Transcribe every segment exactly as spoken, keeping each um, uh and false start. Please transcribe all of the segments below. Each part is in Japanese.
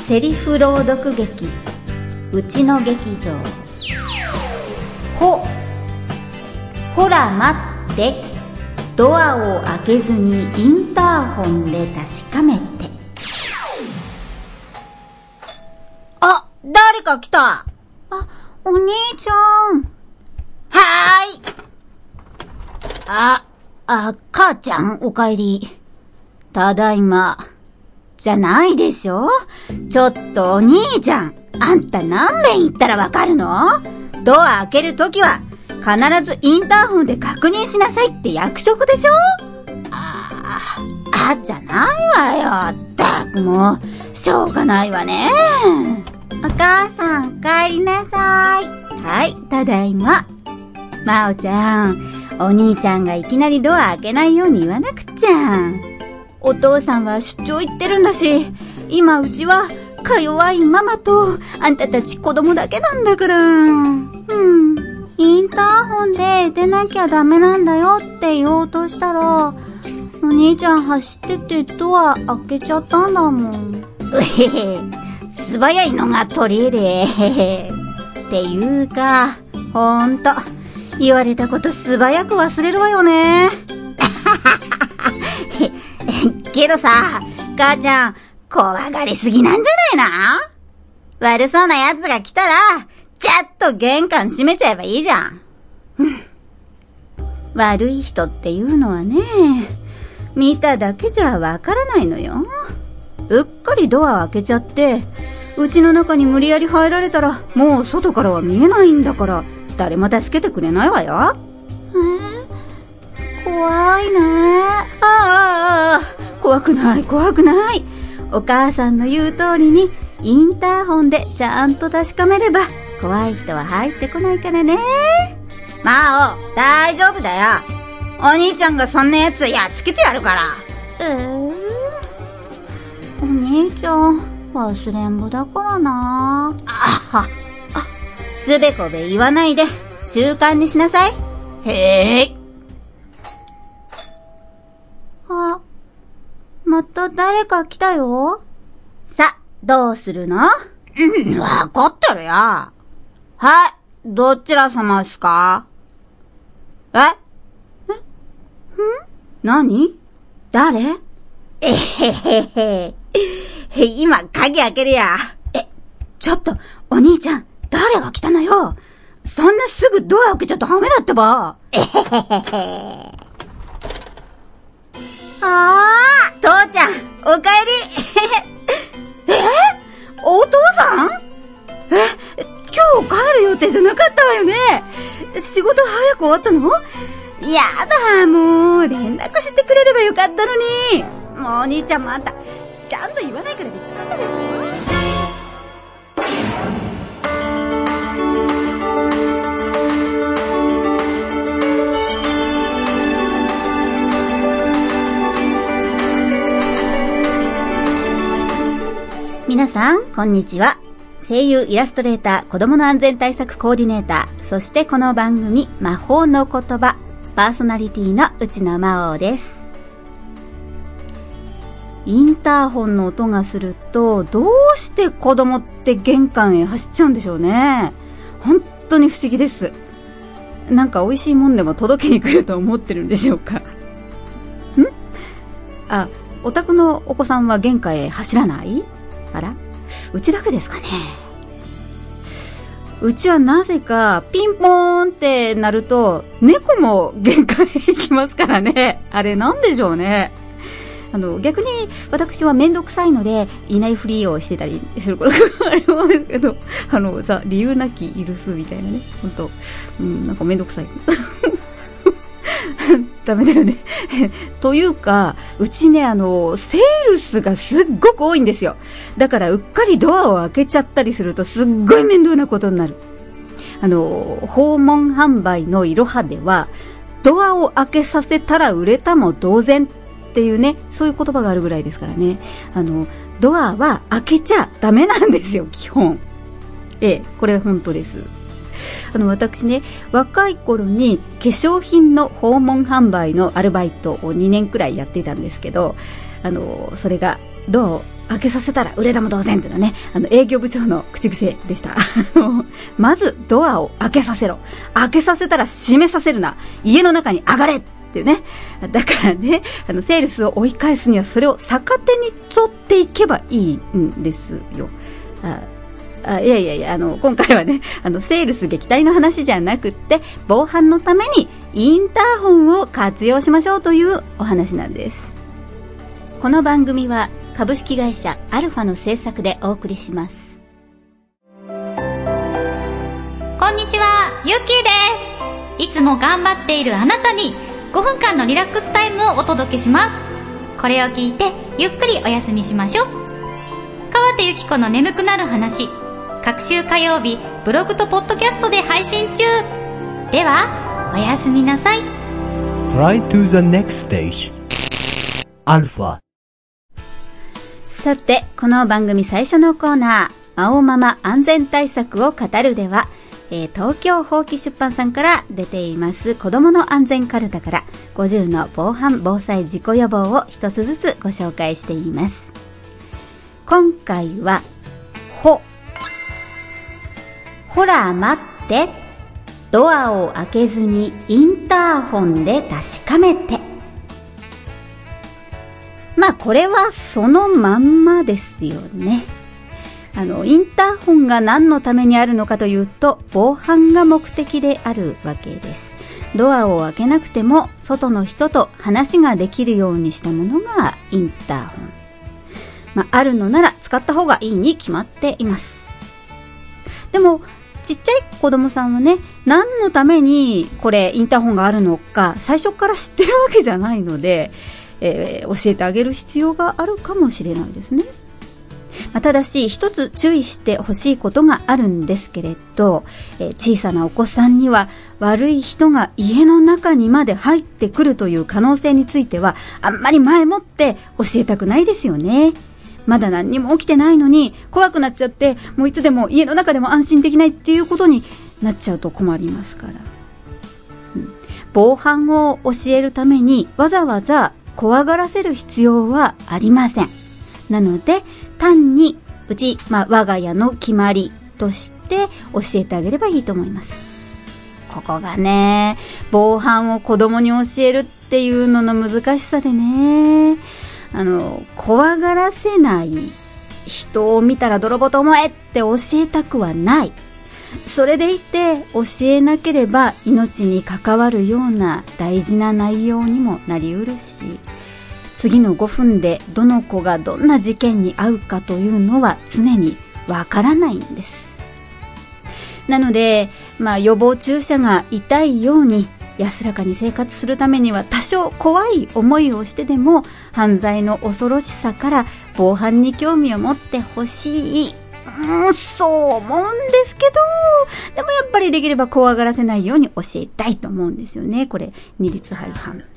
セリフ朗読劇うちの劇場。ほほら待って、ドアを開けずにインターホンで確かめて。 あ、誰か来た。 あ、お兄ちゃん。 はーい。 あ、あ、母ちゃんお帰り。ただいま。じゃないでしょ。ちょっとお兄ちゃん、あんた何遍言ったらわかるの？ドア開けるときは必ずインターホンで確認しなさいって約束でしょ。ああ、あじゃないわよ。ったくもうしょうがないわね。 お母さんお帰りなさい。 はい、ただいま。まおちゃん、お兄ちゃんがいきなりドア開けないように言わなくちゃ。お父さんは出張行ってるんだし、今うちはか弱いママとあんたたち子供だけなんだから。うん。 インターホンで出なきゃダメなんだよって言おうとしたら、お兄ちゃん走っててドア開けちゃったんだもん。 うへへ、素早いのが取り柄で。っていうか、ほんと、言われたこと素早く忘れるわよね。けどさ、母ちゃん、怖がりすぎなんじゃないな？悪そうな奴が来たら、ちゃっと玄関閉めちゃえばいいじゃん。悪い人っていうのはね、見ただけじゃわからないのよ。うっかりドア開けちゃって、うちの中に無理やり入られたら、もう外からは見えないんだから、誰も助けてくれないわよ。 えー、怖いね。 ああ、怖くない怖くない。お母さんの言う通りにインターホンでちゃんと確かめれば怖い人は入ってこないからね。まお、大丈夫だよ。お兄ちゃんがそんなやつやっつけてやるから。 えー、お兄ちゃん忘れんぼだからな。 あは、あ、つべこべ言わないで習慣にしなさい。へーい。 あ、また誰か来たよ。 さ、どうするの？ うん、わかってるよ。 はい、どちら様ですか？え？え？ん？何？誰？えへへへ。今、鍵開けるや。え、ちょっと、お兄ちゃん、誰が来たのよ。そんなすぐドア開けちゃダメだってば。えへへへ。あー、父ちゃん、おかえり。え？お父さん？え、今日帰る予定じゃなかったわよね。仕事早く終わったの？やだ、もう、連絡してくれればよかったのに。もうお兄ちゃんもあんた、ちゃんと言わないからびっくりしたでしょ。皆さん、こんにちは。声優イラストレーター、子供の安全対策コーディネーター、そしてこの番組、魔法の言葉、パーソナリティの内野真央です。インターホンの音がすると、どうして子供って玄関へ走っちゃうんでしょうね。本当に不思議です。なんか美味しいもんでも届けに来ると思ってるんでしょうか。ん？あ、お宅のお子さんは玄関へ走らない？あら？うちだけですかね。うちはなぜかピンポーンってなると猫も玄関へ行きますからね。あれなんでしょうね。あの逆に私はめんどくさいのでいないふりをしてたりすることがありますけど、あのさ、理由なき許すみたいなね。本当、うん、なんかめんどくさい。ダメだよね。というか、うちね、あの、セールスがすっごく多いんですよ。だからうっかりドアを開けちゃったりするとすっごい面倒なことになる。あの、訪問販売のいろはでは、ドアを開けさせたら売れたも同然っていうね、そういう言葉があるぐらいですからね。あの、ドアは開けちゃダメなんですよ、基本。ええ、これ本当です。 あの、私ね、若い頃に化粧品の訪問販売のアルバイトをにねんくらいやっていたんですけど、あの、それがドアを開けさせたら売れ玉同然というのはね、あの、営業部長の口癖でした。まずドアを開けさせろ。開けさせたら閉めさせるな。家の中に上がれっていうね。だからね、あの、セールスを追い返すにはそれを逆手に取っていけばいいんですよ。ああいやいやいや、あの、今回はね、あの、セールス撃退の話じゃなくって、防犯のためにインターホンを活用しましょうというお話なんです。この番組は株式会社アルファの制作でお送りします。 こんにちは、ゆっきーです。いつも頑張っているあなたにごふんかんのリラックスタイムをお届けします。これを聞いてゆっくりお休みしましょう。川手ゆき子の眠くなる話、各週火曜日ブログとポッドキャストで配信中。ではおやすみなさい。 Try to the next stage アルファ。 さて、この番組最初のコーナー、青ママ安全対策を語るでは、えー、東京ほうき出版さんから出ています子供の安全カルタからごじゅうの防犯防災事故予防を一つずつご紹介しています。今回は、ほ。ほら待って。ドアを開けずにインターホンで確かめて。まあこれはそのまんまですよね。あの、インターホンが何のためにあるのかというと、防犯が目的であるわけです。ドアを開けなくても外の人と話ができるようにしたものがインターホン。まあ、あるのなら使った方がいいに決まっています。でもちっちゃい子供さんはね、何のためにこれインターホンがあるのか最初から知ってるわけじゃないので、えー、教えてあげる必要があるかもしれないですね。まあ、ただし一つ注意してほしいことがあるんですけれど、えー、小さなお子さんには悪い人が家の中にまで入ってくるという可能性についてはあんまり前もって教えたくないですよね。まだ何にも起きてないのに怖くなっちゃって、もういつでも家の中でも安心できないっていうことになっちゃうと困りますから、うん、防犯を教えるためにわざわざ怖がらせる必要はありません。なので単にうち、まあ、我が家の決まりとして教えてあげればいいと思います。ここがね、防犯を子供に教えるっていうのの難しさでね、あの、怖がらせない人を見たら泥棒と思えって教えたくはない。それでいて教えなければ命に関わるような大事な内容にもなりうるし、次のごふんでどの子がどんな事件に遭うかというのは常にわからないんです。なので、まあ予防注射が痛いように安らかに生活するためには多少怖い思いをしてでも犯罪の恐ろしさから防犯に興味を持ってほしい。うん、そう思うんですけど、でもやっぱりできれば怖がらせないように教えたいと思うんですよね。これ二律背反ね。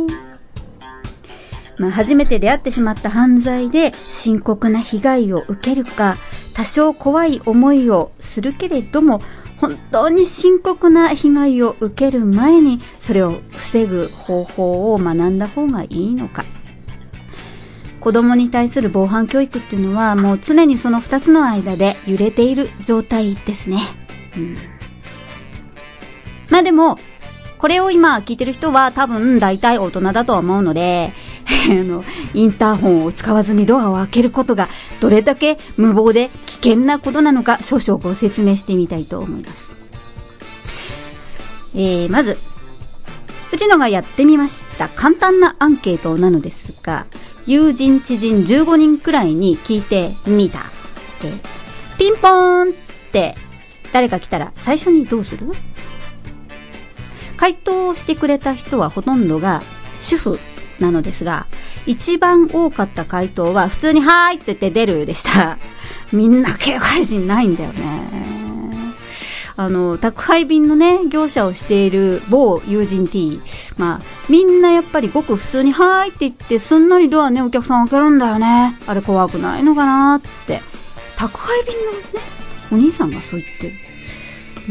まあ、初めて出会ってしまった犯罪で深刻な被害を受けるか、多少怖い思いをするけれども本当に深刻な被害を受ける前にそれを防ぐ方法を学んだ方がいいのか。子供に対する防犯教育っていうのはもう常にその二つの間で揺れている状態ですね。うん、まあでもこれを今聞いてる人は多分大体大人だとは思うのであのインターホンを使わずにドアを開けることがどれだけ無謀で危険なことなのか少々ご説明してみたいと思います。えー、まずうちのがやってみました簡単なアンケートなのですが、友人知人じゅうごにんくらいに聞いてみた。えー、ピンポーンって誰か来たら最初にどうする？回答してくれた人はほとんどが主婦なのですが、一番多かった回答は普通にはーいって言って出るでした。みんな警戒心ないんだよね。あの宅配便のね業者をしている某友人 T、 まあみんなやっぱりごく普通にはーいって言ってすんなりドアねお客さん開けるんだよね。あれ怖くないのかなって宅配便のねお兄さんがそう言ってる。 うん、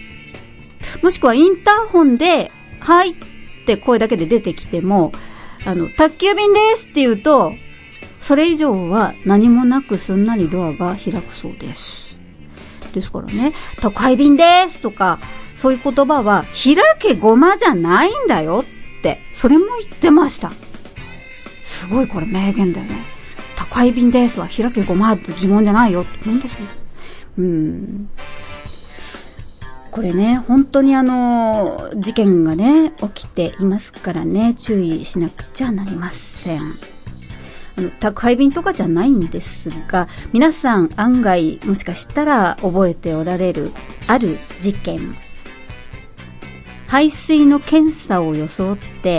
もしくはインターホンで、はいって声だけで出てきても、あの、宅急便ですって言うと、それ以上は何もなくすんなりドアが開くそうです。ですからね、宅配便ですとか、そういう言葉は、開けごまじゃないんだよって、それも言ってました。すごいこれ名言だよね。宅配便ですは開けごまって呪文じゃないよって。本当そう。うーん。これね、本当にあの、事件がね、起きていますからね、注意しなくちゃなりません。あの、宅配便とかじゃないんですが、皆さん案外もしかしたら覚えておられるある事件。排水の検査を装って、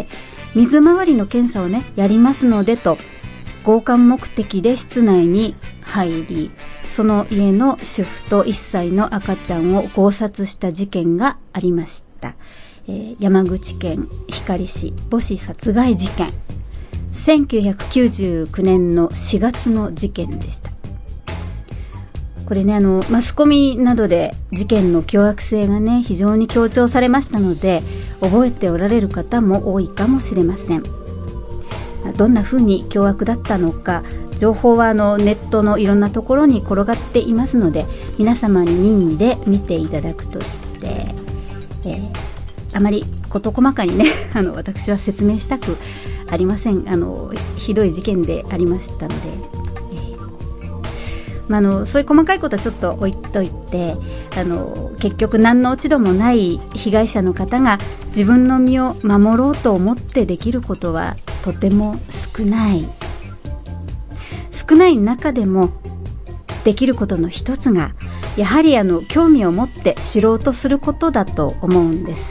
水回りの検査をね、やりますのでと、強姦目的で室内に入り、その家の主婦といっさいの赤ちゃんを強殺した事件がありました。えー、山口県光市母子殺害事件。せんきゅうひゃくきゅうじゅうきゅうねんのしがつの事件でした。これね、あの、マスコミなどで事件の凶悪性がね、非常に強調されましたので、覚えておられる方も多いかもしれません。どんな風に凶悪だったのか、情報はあのネットのいろんなところに転がっていますので、皆様に任意で見ていただくとして、えー、あまり事細かにね、あの、私は説明したくありません。あの、ひどい事件でありましたので、まあ、あのそういう細かいことはちょっと置いといて、あの結局何の落ち度もない被害者の方が自分の身を守ろうと思ってできることはとても少ない少ない中でもできることの一つがやはりあの興味を持って知ろうとすることだと思うんです。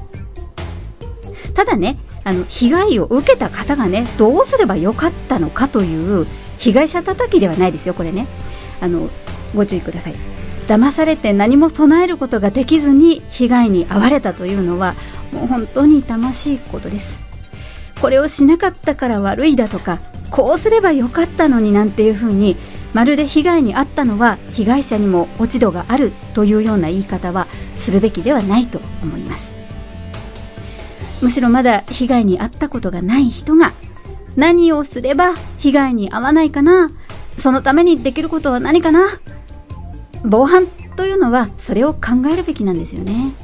ただね、あの被害を受けた方がね、どうすればよかったのかという被害者叩きではないですよ、これね。あのご注意ください。騙されて何も備えることができずに被害に遭われたというのはもう本当に痛ましいことです。これをしなかったから悪いだとか、こうすればよかったのになんていうふうに、まるで被害に遭ったのは被害者にも落ち度があるというような言い方はするべきではないと思います。むしろまだ被害に遭ったことがない人が何をすれば被害に遭わないかな、そのためにできることは何かな。防犯というのはそれを考えるべきなんですよね。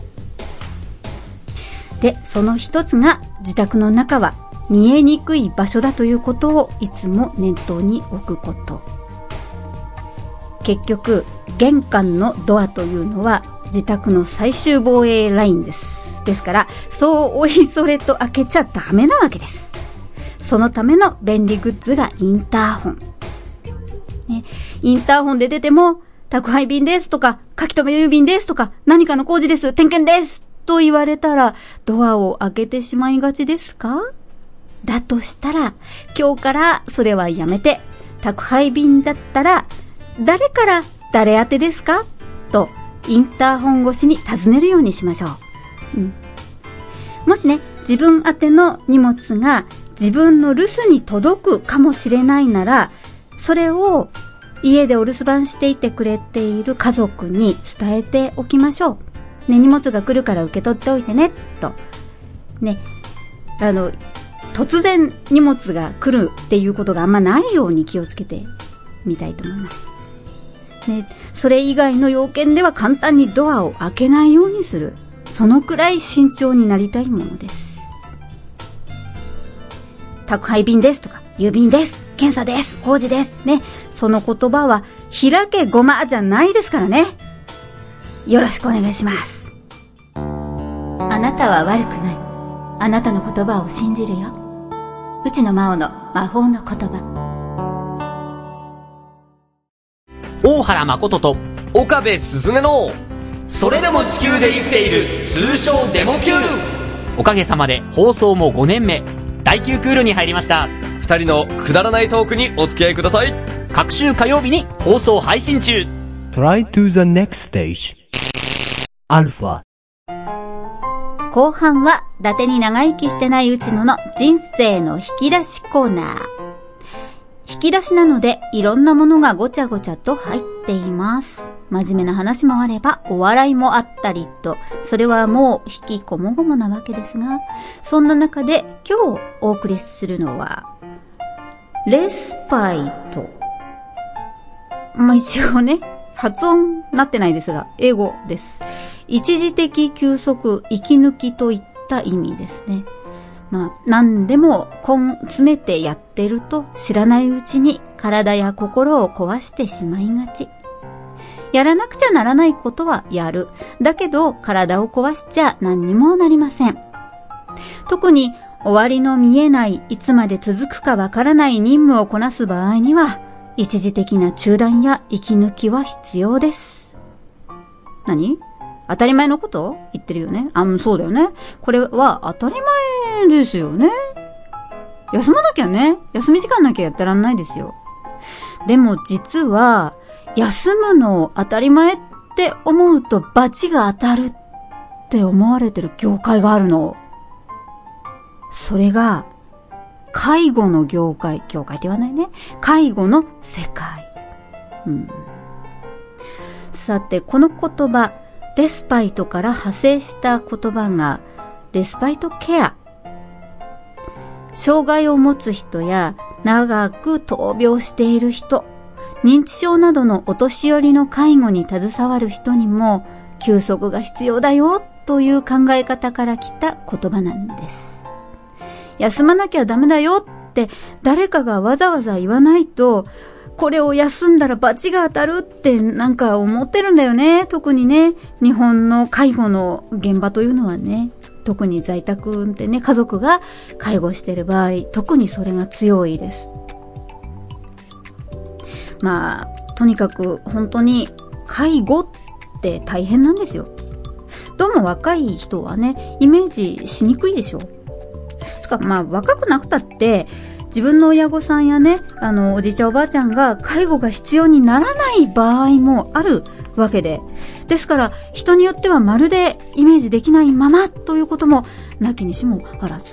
で、その一つが自宅の中は見えにくい場所だということをいつも念頭に置くこと。結局玄関のドアというのは自宅の最終防衛ラインです。ですからそうおいそれと開けちゃダメなわけです。そのための便利グッズがインターホン、ね、インターホンで出ても宅配便ですとか書留郵便ですとか何かの工事です、点検ですと言われたらドアを開けてしまいがちですか？だとしたら今日からそれはやめて、宅配便だったら誰から誰宛てですかとインターホン越しに尋ねるようにしましょう。うん、もしね、自分宛ての荷物が自分の留守に届くかもしれないなら、それを家でお留守番していてくれている家族に伝えておきましょう。ね、荷物が来るから受け取っておいてね、と。ね、あの、突然荷物が来るっていうことがあんまないように気をつけてみたいと思います。ね、それ以外の要件では簡単にドアを開けないようにする。そのくらい慎重になりたいものです。宅配便ですとか、郵便です、検査です、工事ですね。その言葉は開けごまじゃないですからね。よろしくお願いします。あなたは悪くない。あなたの言葉を信じるよ。内野真央の魔法の言葉。 大原誠と岡部すずめのそれでも地球で生きている通称デモ級。おかげさまで放送もごねんめ、だいきゅうクールに入りました。 二人のくだらないトークにお付き合いください。 各週火曜日に放送配信中。 Try to the next stage. アルファ。 後半は伊達に長生きしてない内野の人生の引き出しコーナー。引き出しなのでいろんなものがごちゃごちゃと入っています。 真面目な話もあれば、お笑いもあったりと、それはもう引きこもごもなわけですが、そんな中で今日お送りするのは、レスパイト。まあ、一応ね、発音なってないですが、英語です。一時的休息、息抜きといった意味ですね。まあ、何でも根詰めてやってると知らないうちに体や心を壊してしまいがち。やらなくちゃならないことはやる。だけど体を壊しちゃ何にもなりません。特に終わりの見えない、いつまで続くかわからない任務をこなす場合には、一時的な中断や息抜きは必要です。何？当たり前のこと言ってるよね。あ、そうだよね。これは当たり前ですよね。休まなきゃね。休み時間なきゃやってらんないですよ。でも実は、休むのを当たり前って思うと罰が当たるって思われてる業界があるの。それが、介護の業界、業界って言わないね。介護の世界。うん、さて、この言葉、レスパイトから派生した言葉が、レスパイトケア。障害を持つ人や、長く闘病している人、認知症などのお年寄りの介護に携わる人にも休息が必要だよという考え方から来た言葉なんです。休まなきゃダメだよって誰かがわざわざ言わないと、これを休んだら罰が当たるってなんか思ってるんだよね。特にね、日本の介護の現場というのはね、特に在宅でね、家族が介護している場合、特にそれが強いです。まあ、とにかく本当に介護って大変なんですよ。どうも若い人はね、イメージしにくいでしょ。つか、まあ若くなくたって、自分の親御さんやね、あの、おじいちゃんおばあちゃんが介護が必要にならない場合もあるわけで。ですから、人によってはまるでイメージできないままということもなきにしもあらず。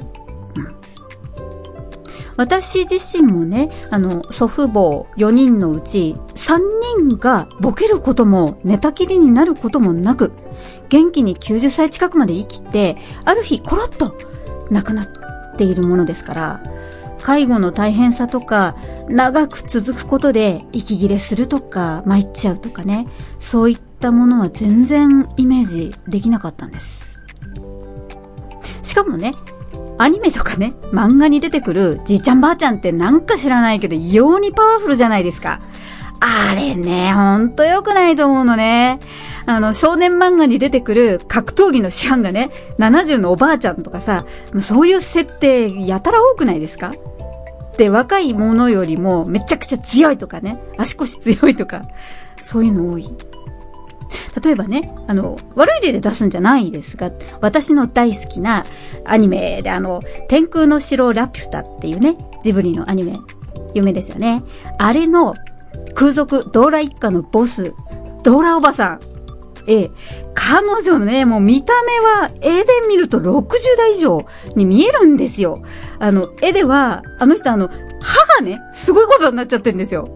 私自身もね、あの、祖父母よにんのうちさんにんがボケることも寝たきりになることもなく、元気にきゅうじゅっさい近くまで生きて、ある日コロッと亡くなっているものですから、介護の大変さとか、長く続くことで息切れするとか、参っちゃうとかね、そういったものは全然イメージできなかったんです。しかもね、アニメとかね、漫画に出てくるじいちゃんばあちゃんってなんか知らないけど異様にパワフルじゃないですか。あれね、ほんと良くないと思うのね。あの、少年漫画に出てくる格闘技の師範がね、ななじゅうのおばあちゃんとかさ、そういう設定やたら多くないですか？で、若いものよりもめちゃくちゃ強いとかね、足腰強いとか、そういうの多い。例えばね、あの、悪い例で出すんじゃないですが、私の大好きなアニメであの、天空の城ラピュタっていうね、ジブリのアニメ、有名ですよね。あれの空賊ドーラ一家のボス、ドーラおばさん。ええ、彼女のね、もう見た目は絵で見るとろくじゅうだい以上に見えるんですよ。あの、絵では、あの人あの、歯がね、すごいことになっちゃってるんですよ。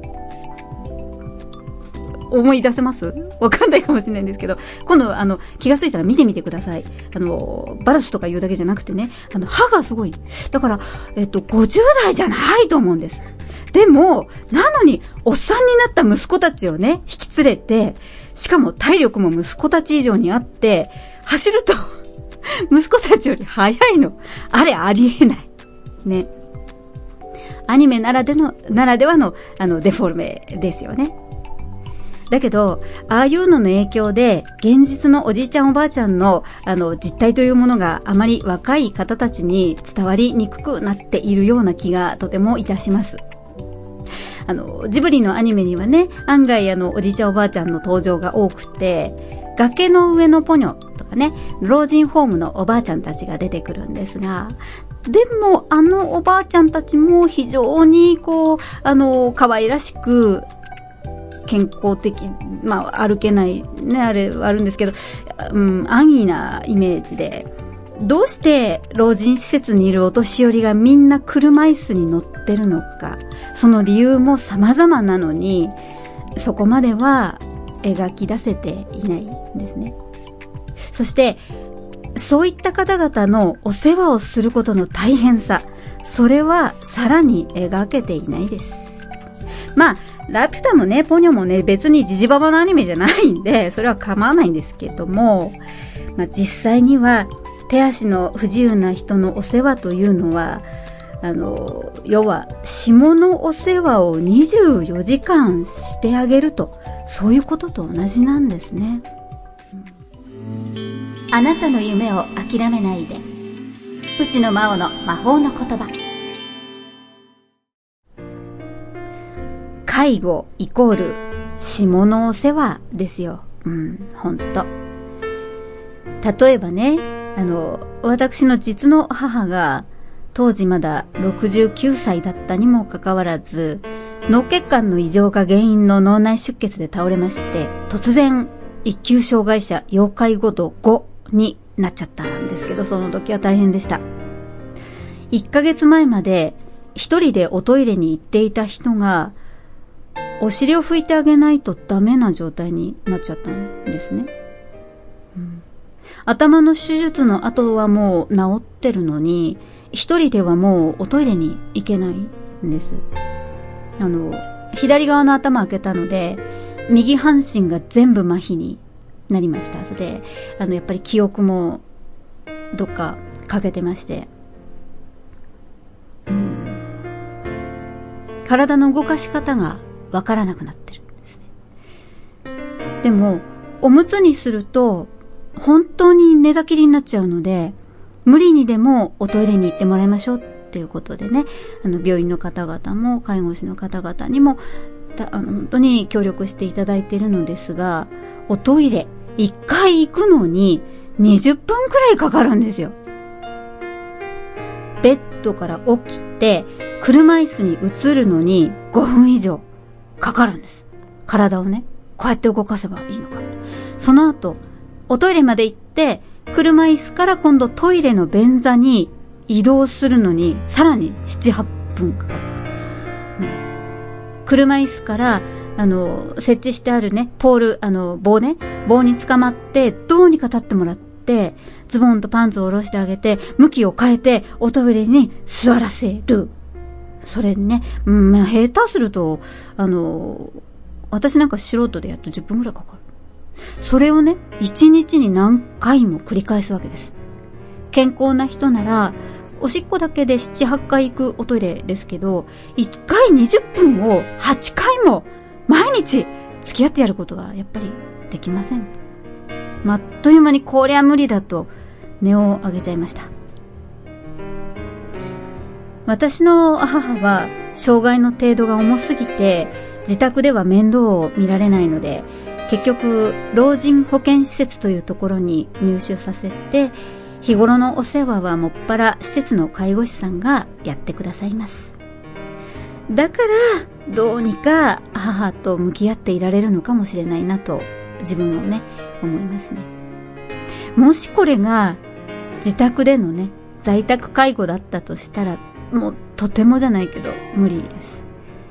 思い出せます？わかんないかもしれないんですけど、今度あの気がついたら見てみてください。あのバラスとか言うだけじゃなくてね、あの歯がすごい。だからえっとごじゅうだいじゃないと思うんです。でもなのにおっさんになった息子たちをね引き連れて、しかも体力も息子たち以上にあって走ると息子たちより速いの。あれありえないね。アニメならでのならではのあのデフォルメですよね。だけど、ああいうのの影響で、現実のおじいちゃんおばあちゃんの、あの、実態というものがあまり若い方たちに伝わりにくくなっているような気がとてもいたします。あの、ジブリのアニメにはね、案外あの、おじいちゃんおばあちゃんの登場が多くて、崖の上のポニョとかね、老人ホームのおばあちゃんたちが出てくるんですが、でも、あのおばあちゃんたちも非常にこう、あの、可愛らしく、健康的、まあ歩けないね、あれはあるんですけど、うん、安易なイメージで、どうして老人施設にいるお年寄りがみんな車椅子に乗ってるのか、その理由も様々なのに、そこまでは描き出せていないんですね。そして、そういった方々のお世話をすることの大変さ、それはさらに描けていないです。まあ、ラピュタもね、ポニョもね、別にジジババのアニメじゃないんで、それは構わないんですけども、まあ実際には手足の不自由な人のお世話というのは、あの、要は、下のお世話をにじゅうよじかんしてあげると、そういうことと同じなんですね。 あなたの夢を諦めないで。内野真央の魔法の言葉。 介護イコール下のお世話ですよ。うん、ほんと。例えばね、あの、私の実の母が当時まだろくじゅうきゅうさいだったにもかかわらず、脳血管の異常が原因の脳内出血で倒れまして、突然一級障害者要介護度ごになっちゃったんですけど、その時は大変でした。いっかげつまえまで一人でおトイレに行っていた人が、お尻を拭いてあげないとダメな状態になっちゃったんですね。うん、頭の手術の後はもう治ってるのに、一人ではもうおトイレに行けないんです。あの、左側の頭開けたので、右半身が全部麻痺になりました。それで、あの、やっぱり記憶もどっか欠けてまして、うん、体の動かし方がわからなくなってるんですね。でも、おむつにすると、本当に寝たきりになっちゃうので、無理にでもおトイレに行ってもらいましょうっていうことでね、あの、病院の方々も介護士の方々にも、あの、本当に協力していただいているのですが、おトイレ、一回行くのににじゅっぷんくらいかかるんですよ。ベッドから起きて、車椅子に移るのにごふん以上かかるんです。体をね、こうやって動かせばいいのか。その後、おトイレまで行って、車椅子から今度トイレの便座に移動するのに、さらになな、はっぷんかかる。うん、車椅子から、あの、設置してあるね、ポール、あの、棒ね、棒に捕まって、どうにか立ってもらって、ズボンとパンツを下ろしてあげて、向きを変えて、おトイレに座らせる。それね、うん、まあ、下手すると、あの、私なんか素人でやっとじゅっぷんくらいかかる。それをね、いちにちに何回も繰り返すわけです。健康な人なら、おしっこだけでなな、はちかい行くおトイレですけど、いっかいにじゅっぷんをはちかいも毎日付き合ってやることはやっぱりできません。まあ、あっという間にこりゃ無理だと音を上げちゃいました。私の母は障害の程度が重すぎて自宅では面倒を見られないので、結局老人保健施設というところに入所させて、日頃のお世話はもっぱら施設の介護士さんがやってくださいます。だからどうにか母と向き合っていられるのかもしれないなと自分もね思いますね。もしこれが自宅でのね在宅介護だったとしたら、もうとてもじゃないけど無理です。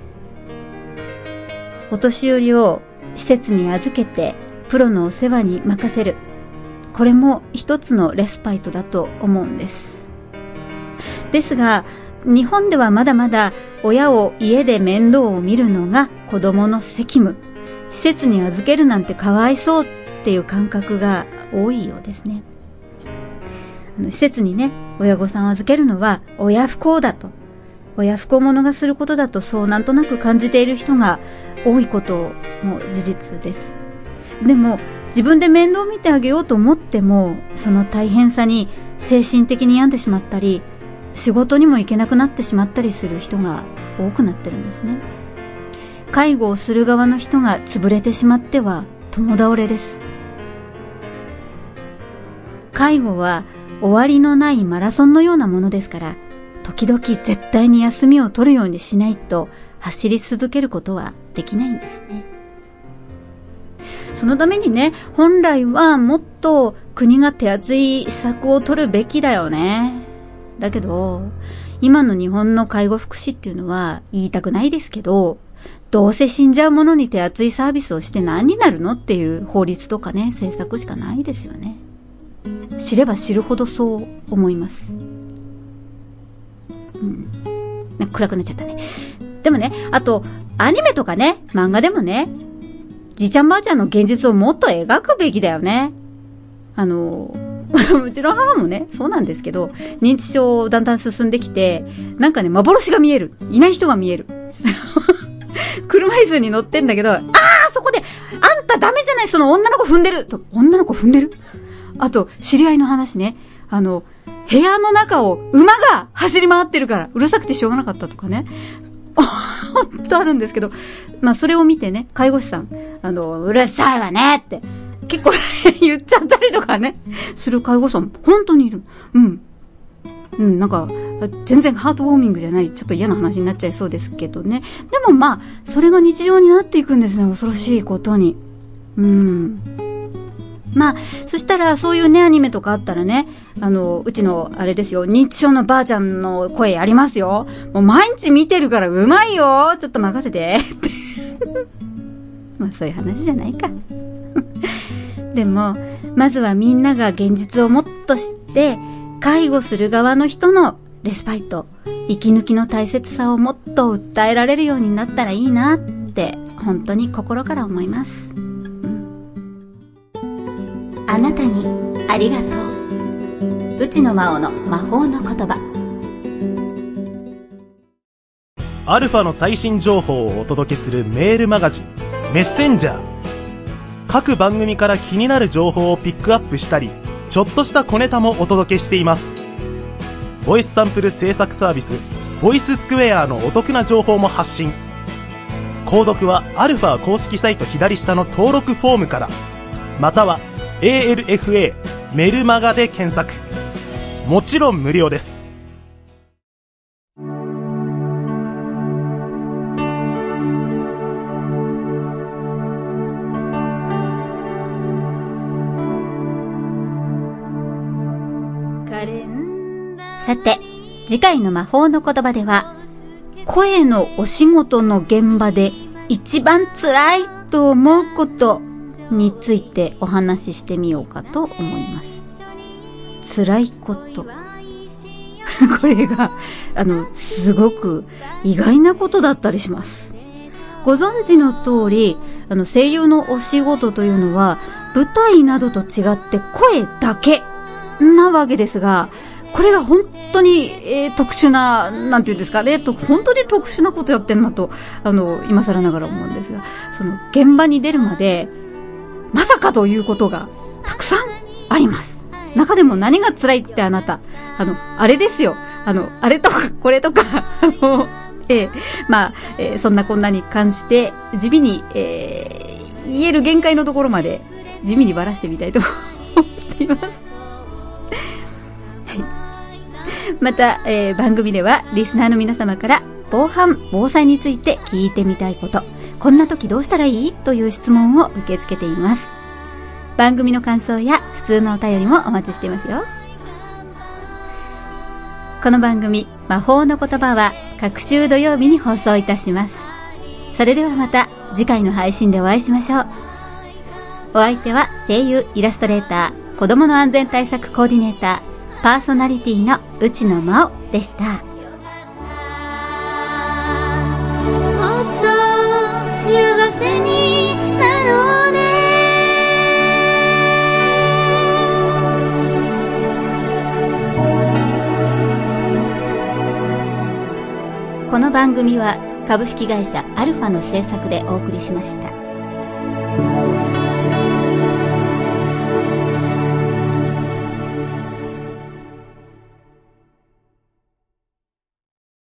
お年寄りを施設に預けてプロのお世話に任せる、これも一つのレスパイトだと思うんです。ですが日本ではまだまだ親を家で面倒を見るのが子供の責務、施設に預けるなんてかわいそうっていう感覚が多いようですね。あの施設にね親御さんを預けるのは親不孝だと、親不孝者がすることだと、そうなんとなく感じている人が多いことも事実です。でも自分で面倒見てあげようと思っても、その大変さに精神的に病んでしまったり、仕事にも行けなくなってしまったりする人が多くなってるんですね。介護をする側の人が潰れてしまっては共倒れです。介護は終わりのないマラソンのようなものですから、時々絶対に休みを取るようにしないと走り続けることはできないんですね。そのためにね、本来はもっと国が手厚い施策を取るべきだよね。だけど今の日本の介護福祉っていうのは言いたくないですけど、 どうせ死んじゃうものに手厚いサービスをして何になるのっていう法律とかね、政策しかないですよね。知れば知るほどそう思います。うん。暗くなっちゃったね。でもね、あと、アニメとかね、漫画でもね、じいちゃんばあちゃんの現実をもっと描くべきだよね。あの、うちの母もね、そうなんですけど、認知症だんだん進んできて、なんかね、幻が見える。いない人が見える。車椅子に乗ってんだけど、あーそこで、あんたダメじゃないその女の子踏んでると、女の子踏んでるあと、知り合いの話ね、あの、部屋の中を馬が走り回ってるから、うるさくてしょうがなかったとかね。ほんとあるんですけど、まあそれを見てね、介護士さん、あの、うるさいわねって、結構言っちゃったりとかね、する介護士さん、本当にいる。うん。うん、なんか、全然ハートウォーミングじゃない、ちょっと嫌な話になっちゃいそうですけどね。でもまあ、それが日常になっていくんですね、恐ろしいことに。うん。まあ、そしたら、そういうね、アニメとかあったらね、あの、うちの、あれですよ、認知症のばあちゃんの声やりますよ。もう毎日見てるからうまいよちょっと任せて。まあ、そういう話じゃないか。でも、まずはみんなが現実をもっと知って、介護する側の人のレスパイト、息抜きの大切さをもっと訴えられるようになったらいいなって、本当に心から思います。あなたにありがとう。うちの魔王の魔法の言葉。 アルファの最新情報をお届けするメールマガジンメッセンジャー。各番組から気になる情報をピックアップしたり、ちょっとした小ネタもお届けしています。ボイスサンプル制作サービスボイススクエアのお得な情報も発信。購読はアルファ公式サイト左下の登録フォームから、またはエーエルエフエー メルマガで検索。もちろん無料です。 さて、次回の魔法の言葉では、声のお仕事の現場で一番辛いと思うことについてお話ししてみようかと思います。辛いこと。これが、あの、すごく意外なことだったりします。ご存知の通り、あの、声優のお仕事というのは、舞台などと違って声だけなわけですが、これが本当に、えー、特殊な、なんていうんですかね、と本当に特殊なことやってんなと、あの、今更ながら思うんですが、その、現場に出るまで、まさかということがたくさんあります。中でも何が辛いってあなた、あの、あれですよ。あの、あれとか、これとか、あの、えー、まあ、えー、そんなこんなに関して、地味に、えー、言える限界のところまで、地味にばらしてみたいと思っています。また、えー、番組ではリスナーの皆様から防犯・防災について聞いてみたいこと、こんな時どうしたらいいという質問を受け付けています。番組の感想や普通のお便りもお待ちしていますよ。この番組魔法の言葉は各週土曜日に放送いたします。それではまた次回の配信でお会いしましょう。お相手は声優イラストレーター、子供の安全対策コーディネーター、パーソナリティの内野真央でした。もっと幸せになろうね。この番組は株式会社アルファの制作でお送りしました。